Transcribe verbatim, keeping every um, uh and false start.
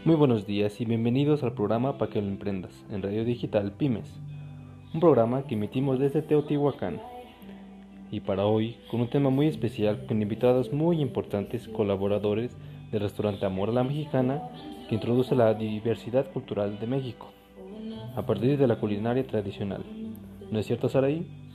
Muy buenos días y bienvenidos al programa Pa' que lo emprendas, en Radio Digital Pymes, un programa que emitimos desde Teotihuacán. Y para hoy, con un tema muy especial, con invitados muy importantes, colaboradores del restaurante Amor a la Mexicana, que introduce la diversidad cultural de México, a partir de la culinaria tradicional. ¿No es cierto, Saraí?